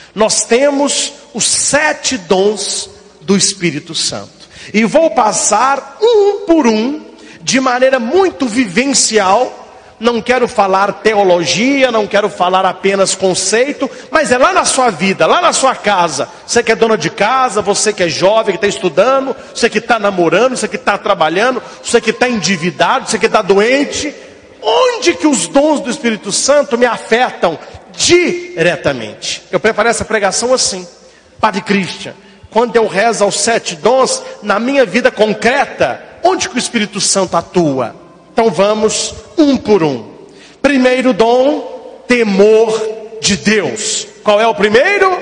Nós temos os 7 dons do Espírito Santo. E vou passar um por um, de maneira muito vivencial. Não quero falar teologia, não quero falar apenas conceito, mas é lá na sua vida, lá na sua casa. Você que é dona de casa, você que é jovem, que está estudando, você que está namorando, você que está trabalhando, você que está endividado, você que está doente. Onde que os dons do Espírito Santo me afetam diretamente? Eu preparei essa pregação assim: Padre Christian, quando eu rezo aos 7 dons, na minha vida concreta, onde que o Espírito Santo atua? Então vamos um por um. Primeiro dom, temor de Deus. Qual é o primeiro?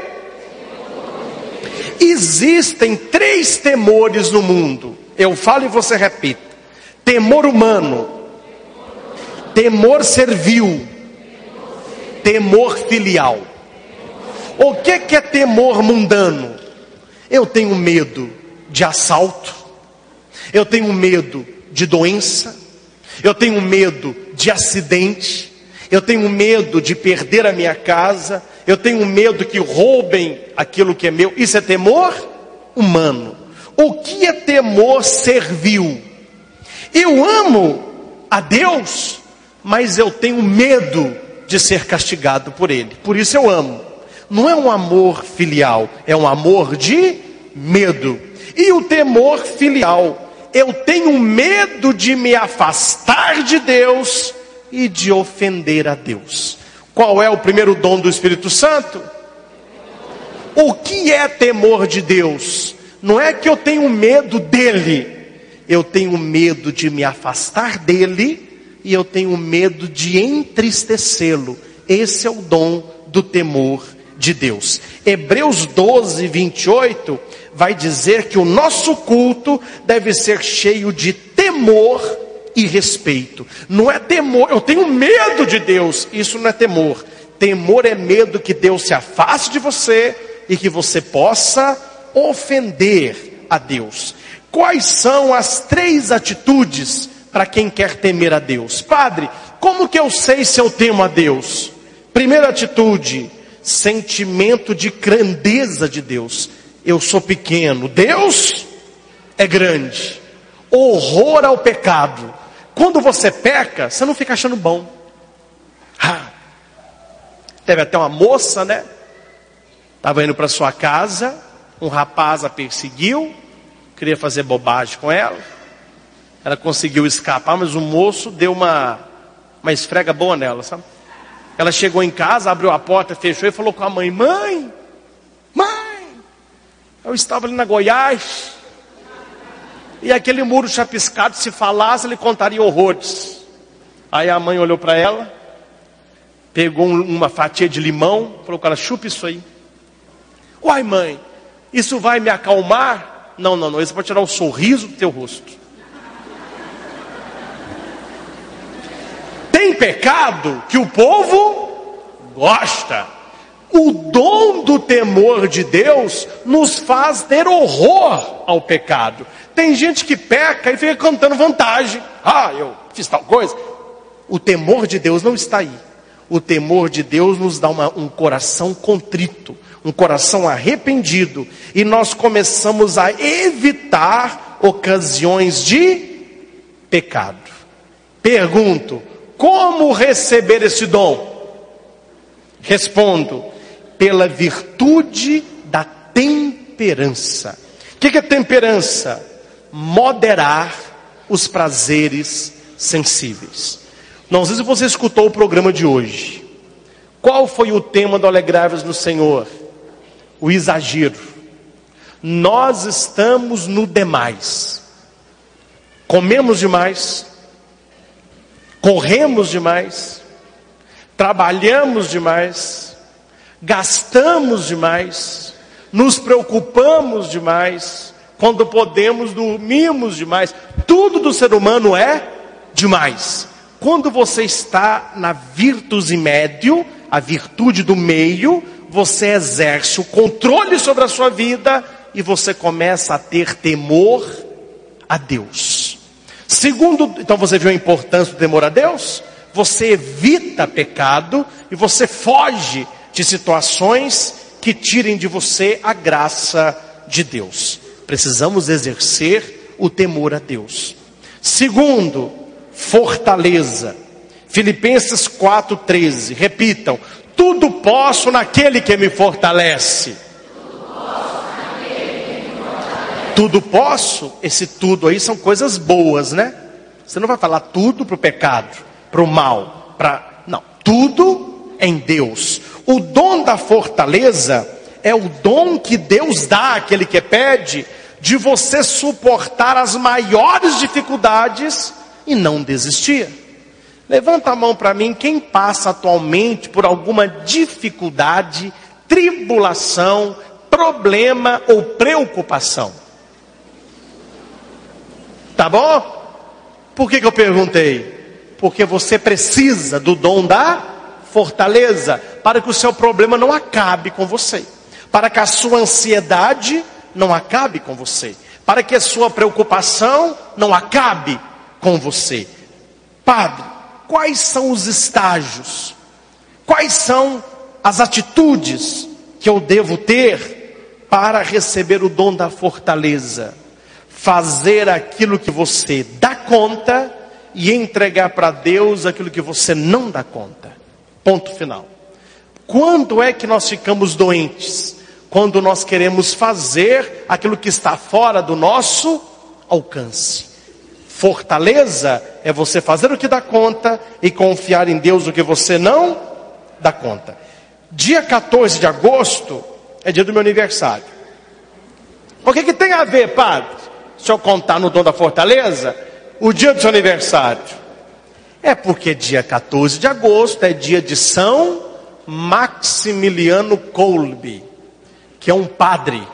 Existem 3 temores no mundo. Eu falo e você repita: temor humano, temor servil, temor filial. O que é temor mundano? Eu tenho medo de assalto, eu tenho medo de doença, eu tenho medo de acidente, eu tenho medo de perder a minha casa, eu tenho medo que roubem aquilo que é meu. Isso é temor humano. O que é temor servil? Eu amo a Deus, mas eu tenho medo de ser castigado por Ele. Por isso eu amo. Não é um amor filial, é um amor de medo. E o temor filial: eu tenho medo de me afastar de Deus e de ofender a Deus. Qual é o primeiro dom do Espírito Santo? O que é temor de Deus? Não é que eu tenho medo dele, eu tenho medo de me afastar dele e eu tenho medo de entristecê-lo. Esse é o dom do temor de Deus. Hebreus 12, 28 vai dizer que o nosso culto deve ser cheio de temor e respeito. Não é temor, eu tenho medo de Deus, isso não é temor. Temor é medo que Deus se afaste de você e que você possa ofender a Deus. Quais são as 3 atitudes para quem quer temer a Deus? Padre, como que eu sei se eu temo a Deus? Primeira atitude: sentimento de grandeza de Deus. Eu sou pequeno, Deus é grande. Horror ao pecado. Quando você peca, você não fica achando bom. Teve até uma moça, né? Estava indo para sua casa, um rapaz a perseguiu, queria fazer bobagem com ela. Ela conseguiu escapar, mas o moço deu uma esfrega boa nela, sabe? Ela chegou em casa, abriu a porta, fechou e falou com a mãe: Mãe, eu estava ali na Goiás, e aquele muro chapiscado, se falasse, ele contaria horrores. Aí a mãe olhou para ela, pegou uma fatia de limão, falou com ela: chupa isso aí. Uai, mãe, isso vai me acalmar? Não, isso vai tirar o sorriso do teu rosto. Tem pecado que o povo gosta. O dom do temor de Deus nos faz ter horror ao pecado. Tem gente que peca e fica cantando vantagem. Eu fiz tal coisa. O temor de Deus não está aí. O temor de Deus nos dá um coração contrito, um coração arrependido. E nós começamos a evitar ocasiões de pecado. Pergunto: como receber esse dom? Respondo: pela virtude da temperança. O que é temperança? Moderar os prazeres sensíveis. Não sei se você escutou o programa de hoje. Qual foi o tema do Alegrai-vos no Senhor? O exagero. Nós estamos no demais. Comemos demais, corremos demais, trabalhamos demais, gastamos demais, nos preocupamos demais, quando podemos dormimos demais. Tudo do ser humano é demais. Quando você está na virtus médio, a virtude do meio, você exerce o controle sobre a sua vida e você começa a ter temor a Deus. Segundo, então você viu a importância do temor a Deus? Você evita pecado e você foge de situações que tirem de você a graça de Deus. Precisamos exercer o temor a Deus. Segundo, fortaleza. Filipenses 4:13, repitam: tudo posso naquele que me fortalece. Tudo posso, esse tudo aí são coisas boas, né? Você não vai falar tudo para o pecado, para o mal, não, tudo em Deus. O dom da fortaleza é o dom que Deus dá àquele que pede, de você suportar as maiores dificuldades e não desistir. Levanta a mão para mim, quem passa atualmente por alguma dificuldade, tribulação, problema ou preocupação? Tá bom? Por que eu perguntei? Porque você precisa do dom da fortaleza, para que o seu problema não acabe com você, para que a sua ansiedade não acabe com você, para que a sua preocupação não acabe com você. Padre, quais são os estágios? Quais são as atitudes que eu devo ter para receber o dom da fortaleza? Fazer aquilo que você dá conta e entregar para Deus aquilo que você não dá conta. Ponto final. Quando é que nós ficamos doentes? Quando nós queremos fazer aquilo que está fora do nosso alcance. Fortaleza é você fazer o que dá conta e confiar em Deus o que você não dá conta. Dia 14 de agosto é dia do meu aniversário. O que tem a ver, padre? Se eu contar no dom da fortaleza, o dia do seu aniversário. É porque dia 14 de agosto é dia de São Maximiliano Kolbe, que é um padre,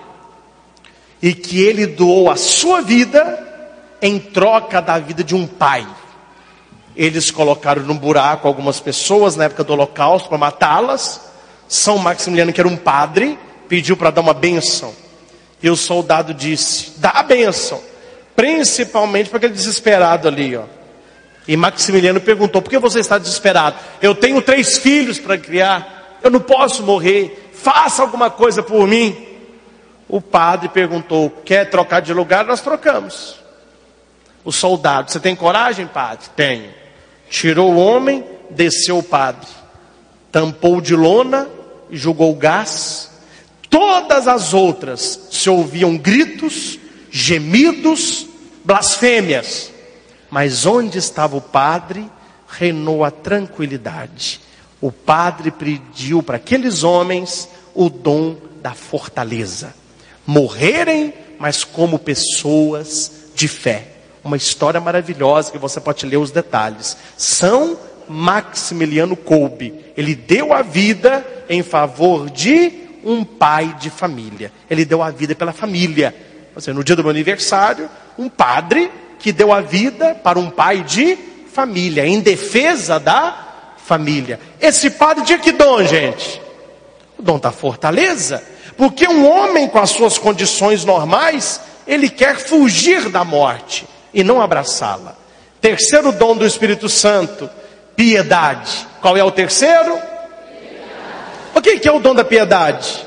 e que ele doou a sua vida em troca da vida de um pai. Eles colocaram num buraco algumas pessoas na época do Holocausto para matá-las. São Maximiliano, que era um padre, pediu para dar uma bênção. E o soldado disse: dá a bênção, principalmente para aquele desesperado ali, ó. E Maximiliano perguntou: por que você está desesperado? Eu tenho 3 filhos para criar, eu não posso morrer, faça alguma coisa por mim. O padre perguntou: quer trocar de lugar? Nós trocamos. O soldado: você tem coragem, padre? Tenho. Tirou o homem, desceu o padre, tampou de lona e jogou gás. Todas as outras se ouviam gritos, gemidos, blasfêmias. Mas onde estava o padre, reinou a tranquilidade. O padre pediu para aqueles homens o dom da fortaleza. Morrerem, mas como pessoas de fé. Uma história maravilhosa que você pode ler os detalhes. São Maximiliano Kolbe, ele deu a vida em favor de um pai de família. Ele deu a vida pela família. Ou seja, no dia do meu aniversário, um padre que deu a vida para um pai de família, em defesa da família. Esse padre tinha que dom, gente? O dom da fortaleza. Porque um homem com as suas condições normais, ele quer fugir da morte e não abraçá-la. Terceiro dom do Espírito Santo, piedade. Qual é o terceiro? O que é o dom da piedade?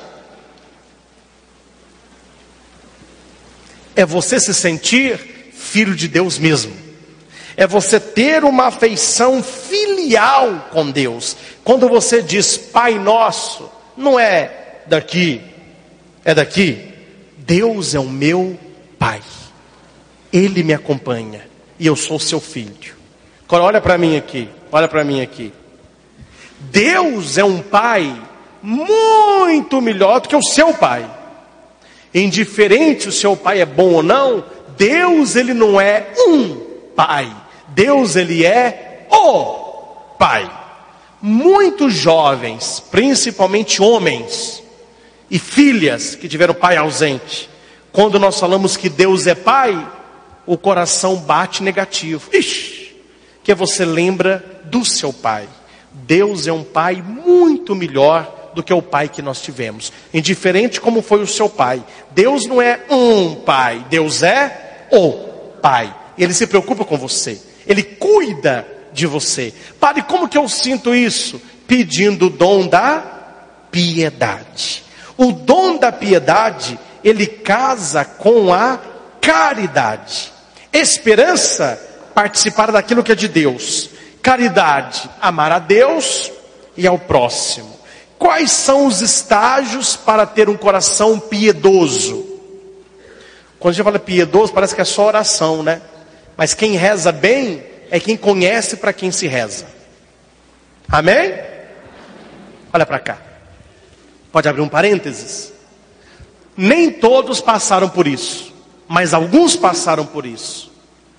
É você se sentir filho de Deus mesmo. É você ter uma afeição filial com Deus. Quando você diz Pai Nosso, não é daqui, é daqui. Deus é o meu Pai. Ele me acompanha e eu sou seu filho. Agora olha para mim aqui, olha para mim aqui. Deus é um Pai muito melhor do que o seu pai. Indiferente se o seu pai é bom ou não, Deus, ele não é um pai. Deus, ele é o pai. Muitos jovens, principalmente homens e filhas que tiveram pai ausente, quando nós falamos que Deus é pai, o coração bate negativo. Ixi, que você lembra do seu pai. Deus é um pai muito melhor do que o pai que nós tivemos. Indiferente como foi o seu pai. Deus não é um pai. Deus é o pai. Ele se preocupa com você. Ele cuida de você. Padre, como que eu sinto isso? Pedindo o dom da piedade. O dom da piedade, ele casa com a caridade. Esperança, participar daquilo que é de Deus. Caridade, amar a Deus e ao próximo. Quais são os estágios para ter um coração piedoso? Quando a gente fala piedoso, parece que é só oração, né? Mas quem reza bem é quem conhece para quem se reza. Amém? Olha para cá. Pode abrir um parênteses? Nem todos passaram por isso, mas alguns passaram por isso.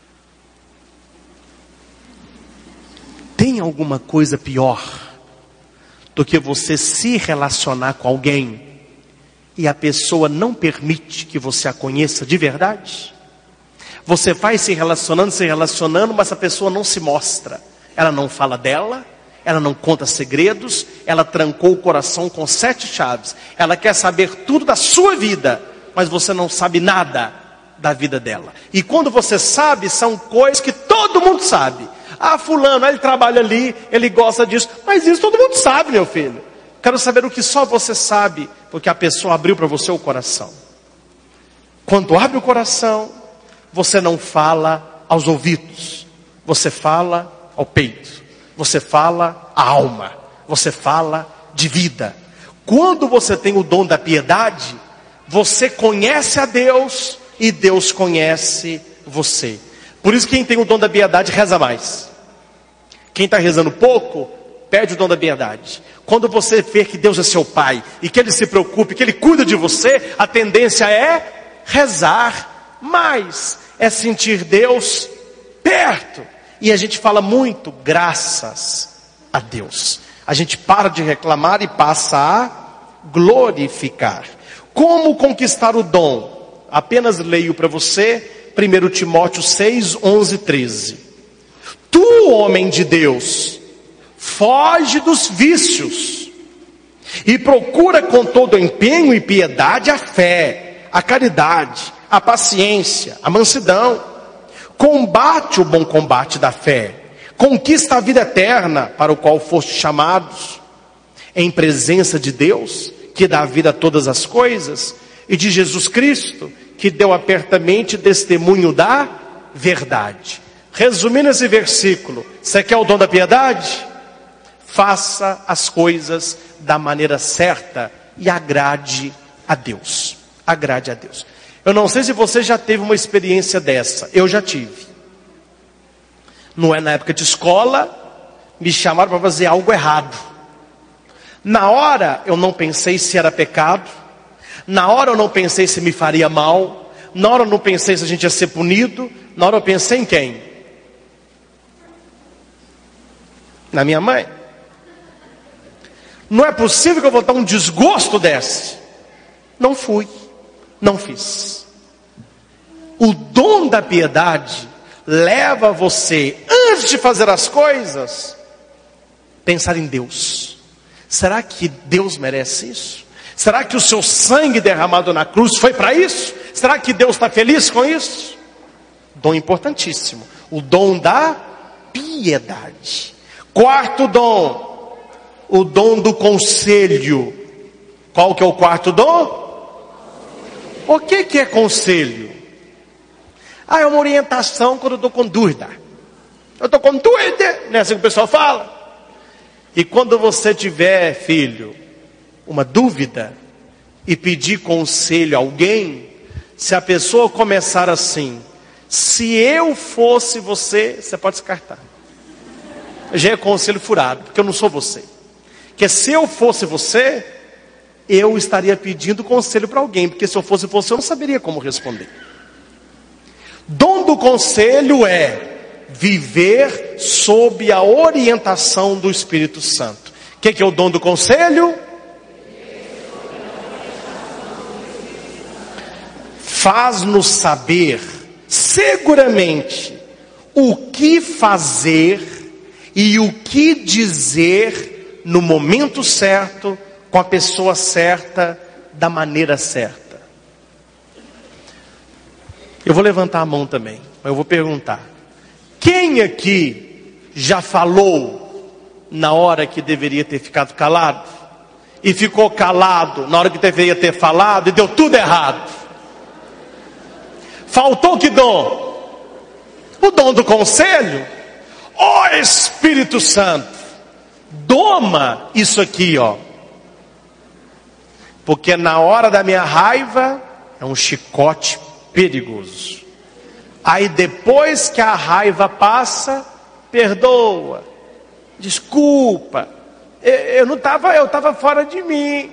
Tem alguma coisa pior do que você se relacionar com alguém e a pessoa não permite que você a conheça de verdade? Você vai se relacionando, mas a pessoa não se mostra. Ela não fala dela, ela não conta segredos, ela trancou o coração com 7 chaves. Ela quer saber tudo da sua vida, mas você não sabe nada da vida dela. E quando você sabe, são coisas que todo mundo sabe. Ah, fulano, ele trabalha ali, ele gosta disso. Mas isso todo mundo sabe, meu filho. Quero saber o que só você sabe, porque a pessoa abriu para você o coração. Quando abre o coração, você não fala aos ouvidos, você fala ao peito, você fala à alma, você fala de vida. Quando você tem o dom da piedade, você conhece a Deus e Deus conhece você. Por isso quem tem o dom da piedade reza mais. Quem está rezando pouco, perde o dom da piedade. Quando você vê que Deus é seu pai, e que Ele se preocupe, que Ele cuida de você, a tendência é rezar mais. É sentir Deus perto. E a gente fala muito, graças a Deus. A gente para de reclamar e passa a glorificar. Como conquistar o dom? Apenas leio para você 1 Timóteo 6, 11, 13. Tu, homem de Deus, foge dos vícios e procura com todo empenho e piedade a fé, a caridade, a paciência, a mansidão. Combate o bom combate da fé, conquista a vida eterna para o qual foste chamados, em presença de Deus, que dá vida a todas as coisas, e de Jesus Cristo, que deu apertamente testemunho da verdade. Resumindo esse versículo, você quer o dom da piedade? Faça as coisas da maneira certa e agrade a Deus. Agrade a Deus. Eu não sei se você já teve uma experiência dessa. Eu já tive. Não é na época de escola, me chamaram para fazer algo errado. Na hora eu não pensei se era pecado. Na hora eu não pensei se me faria mal. Na hora eu não pensei se a gente ia ser punido. Na hora eu pensei em quem? Na minha mãe. Não é possível que eu vou dar um desgosto desse. Não fui. Não fiz. O dom da piedade leva você, antes de fazer as coisas, pensar em Deus. Será que Deus merece isso? Será que o seu sangue derramado na cruz foi para isso? Será que Deus está feliz com isso? Dom importantíssimo. O dom da piedade. Quarto dom. O dom do conselho. Qual que é o quarto dom? O que é conselho? É uma orientação quando eu estou com dúvida. Eu estou com dúvida, não é assim que o pessoal fala? E quando você tiver, filho, uma dúvida, e pedir conselho a alguém, se a pessoa começar assim, se eu fosse você, você pode descartar. Já é conselho furado, porque eu não sou você. Que se eu fosse você, eu estaria pedindo conselho para alguém, porque se eu fosse você, eu não saberia como responder. Dom do conselho é viver sob a orientação do Espírito Santo. O que é o dom do conselho? Faz-nos saber seguramente o que fazer e o que dizer no momento certo, com a pessoa certa, da maneira certa. Eu vou levantar a mão também, mas eu vou perguntar. Quem aqui já falou na hora que deveria ter ficado calado? e ficou calado na hora que deveria ter falado e deu tudo errado. Faltou que dom? O dom do conselho. Ó Espírito Santo, doma isso aqui, ó. Porque na hora da minha raiva é um chicote perigoso. Aí depois que a raiva passa, perdoa, desculpa, eu estava fora de mim.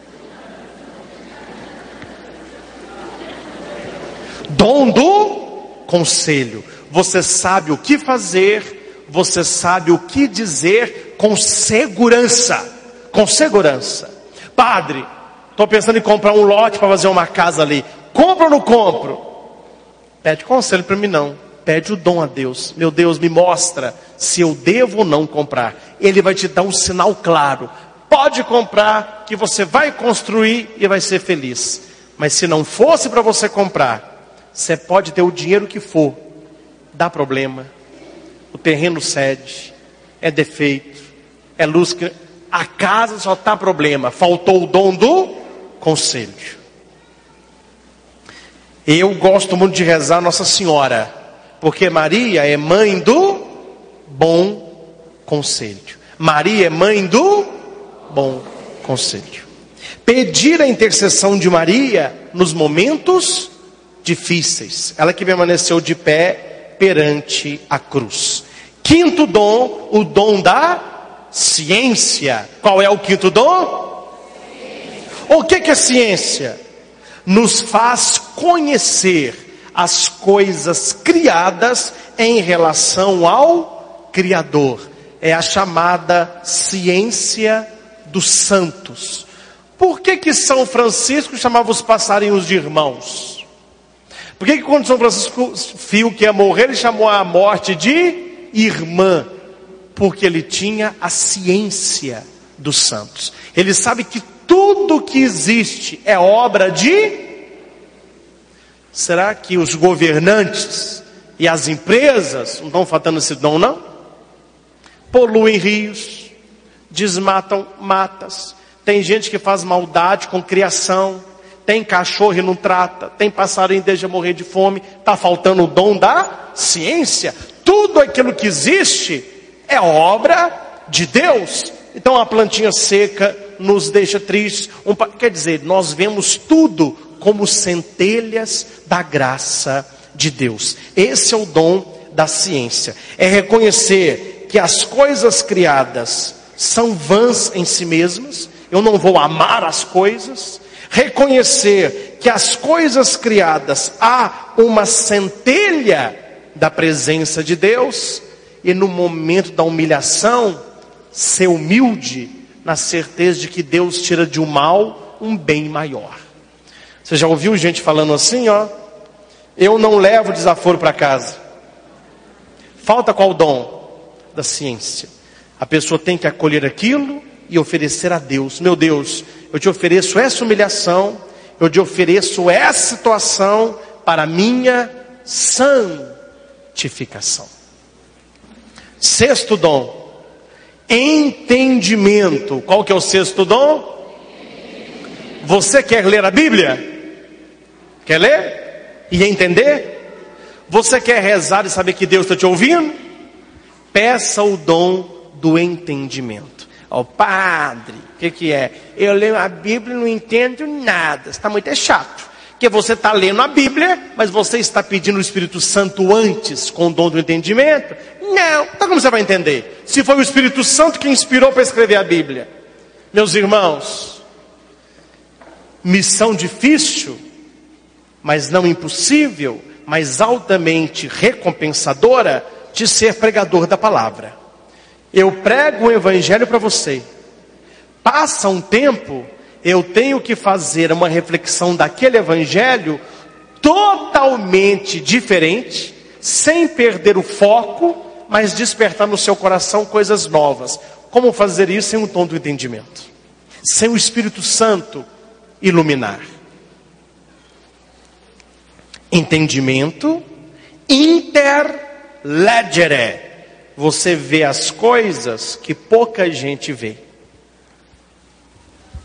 Dom do conselho. Você sabe o que fazer, você sabe o que dizer com segurança. Com segurança. Padre, estou pensando em comprar um lote para fazer uma casa ali. Compro ou não compro? Pede conselho para mim não. Pede o dom a Deus. Meu Deus, me mostra se eu devo ou não comprar. Ele vai te dar um sinal claro. Pode comprar, que você vai construir e vai ser feliz. Mas se não fosse para você comprar, você pode ter o dinheiro que for, dá problema, o terreno cede, é defeito, é luz que... A casa só está problema, faltou o dom do conselho. Eu gosto muito de rezar Nossa Senhora, porque Maria é mãe do bom conselho. Maria é mãe do bom conselho. Pedir a intercessão de Maria nos momentos difíceis. Ela que permaneceu de pé perante a cruz. Quinto dom, o dom da ciência. Qual é o quinto dom? O que é ciência? Nos faz conhecer as coisas criadas em relação ao Criador. É a chamada ciência dos santos. Por que São Francisco chamava os passarinhos de irmãos? Por que quando São Francisco viu que ia morrer, ele chamou a morte de irmã? Porque ele tinha a ciência dos santos. Ele sabe que tudo que existe é obra de... Será que os governantes e as empresas não estão faltando esse dom, não? Poluem rios, desmatam matas. Tem gente que faz maldade com criação. Tem cachorro e não trata. Tem passarinho e deixa morrer de fome. Está faltando o dom da ciência. Tudo aquilo que existe é obra de Deus. Então a plantinha seca nos deixa tristes. Quer dizer, nós vemos tudo como centelhas da graça de Deus. Esse é o dom da ciência. É reconhecer que as coisas criadas são vãs em si mesmas. Eu não vou amar as coisas. Reconhecer que as coisas criadas há uma centelha da presença de Deus. E no momento da humilhação, ser humilde na certeza de que Deus tira de um mal um bem maior. Você já ouviu gente falando assim, ó? Eu não levo desaforo para casa. Falta qual dom? Da ciência. A pessoa tem que acolher aquilo e oferecer a Deus. Meu Deus, eu te ofereço essa humilhação, eu te ofereço essa situação para minha santificação. Sexto dom, entendimento. Qual que é o sexto dom? Você quer ler a Bíblia? Quer ler? E entender? Você quer rezar e saber que Deus está te ouvindo? Peça o dom do entendimento. Ó, padre, o que é? Eu leio a Bíblia e não entendo nada. Você está muito chato. Porque você está lendo a Bíblia, mas você está pedindo o Espírito Santo antes, com o dom do entendimento? Não. Então como você vai entender? Se foi o Espírito Santo que inspirou para escrever a Bíblia. Meus irmãos, missão difícil, mas não impossível, mas altamente recompensadora, de ser pregador da palavra. Eu prego o evangelho para você. Passa um tempo, eu tenho que fazer uma reflexão daquele evangelho totalmente diferente, sem perder o foco, mas despertar no seu coração coisas novas. Como fazer isso sem o dom do entendimento? Sem o Espírito Santo iluminar. Entendimento, interlegere. Você vê as coisas que pouca gente vê.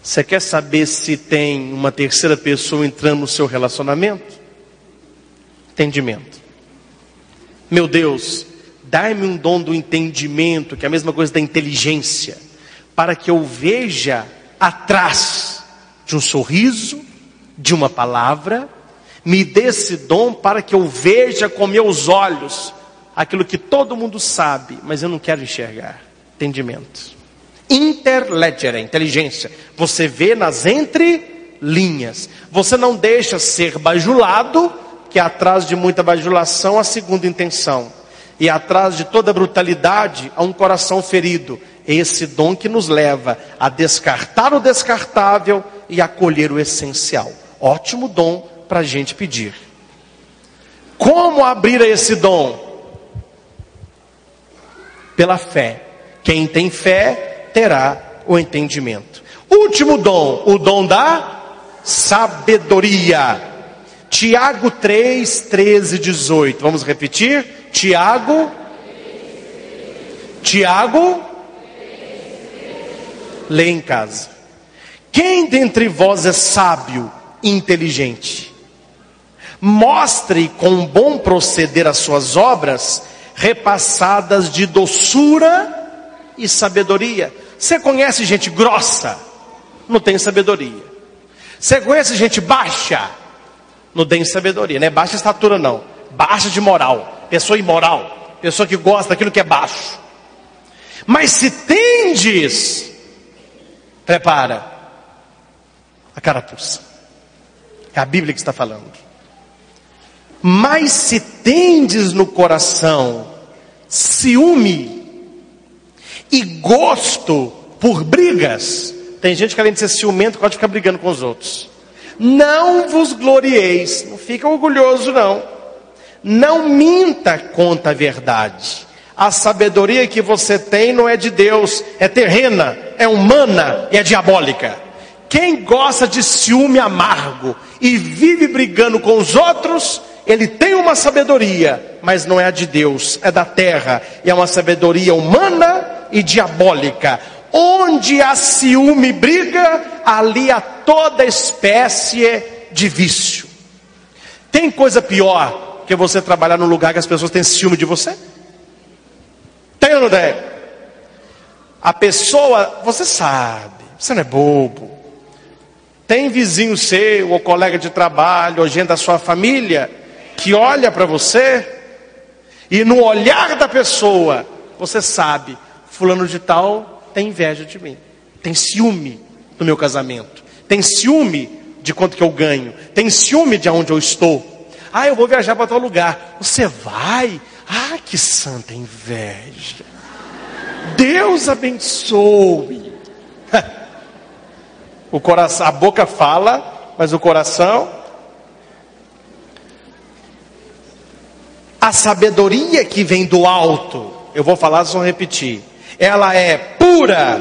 Você quer saber se tem uma terceira pessoa entrando no seu relacionamento? Entendimento. Meu Deus, dai-me um dom do entendimento, que é a mesma coisa da inteligência, para que eu veja atrás de um sorriso, de uma palavra. Me dê esse dom para que eu veja com meus olhos aquilo que todo mundo sabe, mas eu não quero enxergar. Entendimento. Interlegere, inteligência. Você vê nas entrelinhas. Você não deixa ser bajulado, que atrás de muita bajulação há segunda intenção. E atrás de toda brutalidade há um coração ferido. É esse dom que nos leva a descartar o descartável e acolher o essencial. Ótimo dom para a gente pedir. Como abrir a esse dom? Pela fé. Quem tem fé terá o entendimento. Último dom, o dom da sabedoria. Tiago 3, 13, 18. Vamos repetir? Tiago. Lê em casa. Quem dentre vós é sábio e inteligente? Mostre com bom proceder as suas obras, repassadas de doçura e sabedoria. Você conhece gente grossa? Não tem sabedoria. Você conhece gente baixa? Não tem sabedoria. Não é baixa estatura não. Baixa de moral. Pessoa imoral. Pessoa que gosta daquilo que é baixo. Mas se tendes, prepara a carapuça. É a Bíblia que está falando. Mas se tendes no coração ciúme e gosto por brigas. Tem gente querendo ser ciumento, pode ficar brigando com os outros. Não vos glorieis. Não fica orgulhoso não. Não minta contra a verdade. A sabedoria que você tem não é de Deus. É terrena, é humana e é diabólica. Quem gosta de ciúme amargo e vive brigando com os outros, ele tem uma sabedoria, mas não é a de Deus, é da terra. E é uma sabedoria humana e diabólica. Onde há ciúme e briga, ali há toda espécie de vício. Tem coisa pior que você trabalhar num lugar que as pessoas têm ciúme de você? Tem ou não tem? A pessoa, você sabe, você não é bobo. Tem vizinho seu, ou colega de trabalho, ou gente da sua família, que olha para você, e no olhar da pessoa, você sabe, fulano de tal tem inveja de mim, tem ciúme do meu casamento, tem ciúme de quanto que eu ganho, tem ciúme de onde eu estou. Ah, eu vou viajar para tal lugar. Você vai? Ah, que santa inveja. Deus abençoe. O coração, a boca fala, mas o coração. A sabedoria que vem do alto, eu vou falar, só repetir. Ela é pura,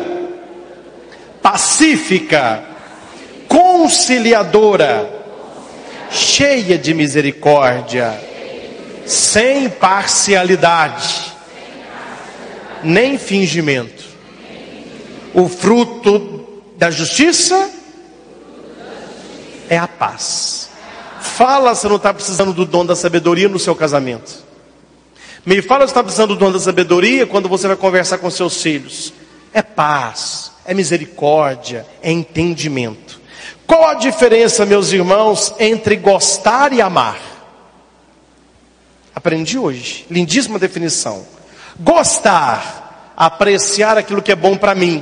pacífica, conciliadora, cheia de misericórdia, sem parcialidade, nem fingimento. O fruto da justiça é a paz. Fala se não está precisando do dom da sabedoria no seu casamento. Me fala se está precisando do dom da sabedoria quando você vai conversar com seus filhos. É paz, é misericórdia, é entendimento. Qual a diferença, meus irmãos, entre gostar e amar? Aprendi hoje, lindíssima definição. Gostar, apreciar aquilo que é bom para mim.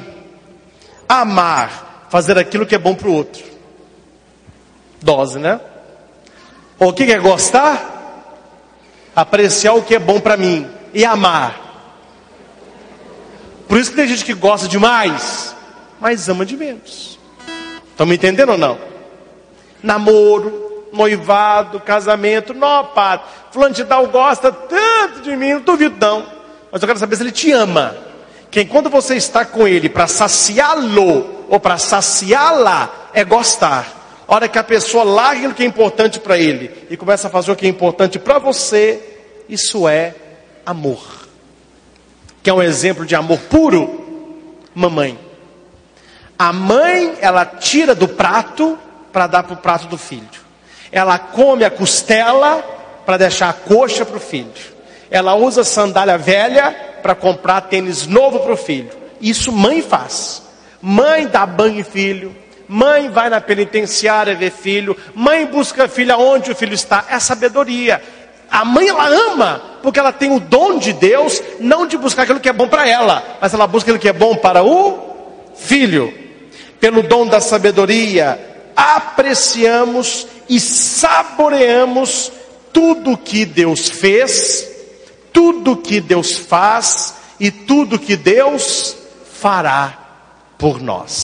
Amar, fazer aquilo que é bom para o outro. Dose, né? O que é gostar? Apreciar o que é bom para mim. E amar. Por isso que tem gente que gosta demais, mas ama de menos. Estão me entendendo ou não? Namoro, noivado, casamento. Não, padre, fulano de tal gosta tanto de mim, não duvido não. Mas eu quero saber se ele te ama. Que enquanto você está com ele para saciá-lo ou para saciá-la, é gostar. A hora que a pessoa larga aquilo que é importante para ele e começa a fazer o que é importante para você, isso é amor. Que é um exemplo de amor puro? Mamãe. A mãe, ela tira do prato para dar para o prato do filho. Ela come a costela para deixar a coxa para o filho. Ela usa sandália velha para comprar tênis novo para o filho. Isso mãe faz. Mãe dá banho em filho. Mãe vai na penitenciária ver filho. Mãe busca filho onde o filho está. É sabedoria. A mãe, ela ama, porque ela tem o dom de Deus, não de buscar aquilo que é bom para ela, mas ela busca aquilo que é bom para o filho. Pelo dom da sabedoria, apreciamos e saboreamos tudo que Deus fez, tudo que Deus faz e tudo que Deus fará por nós.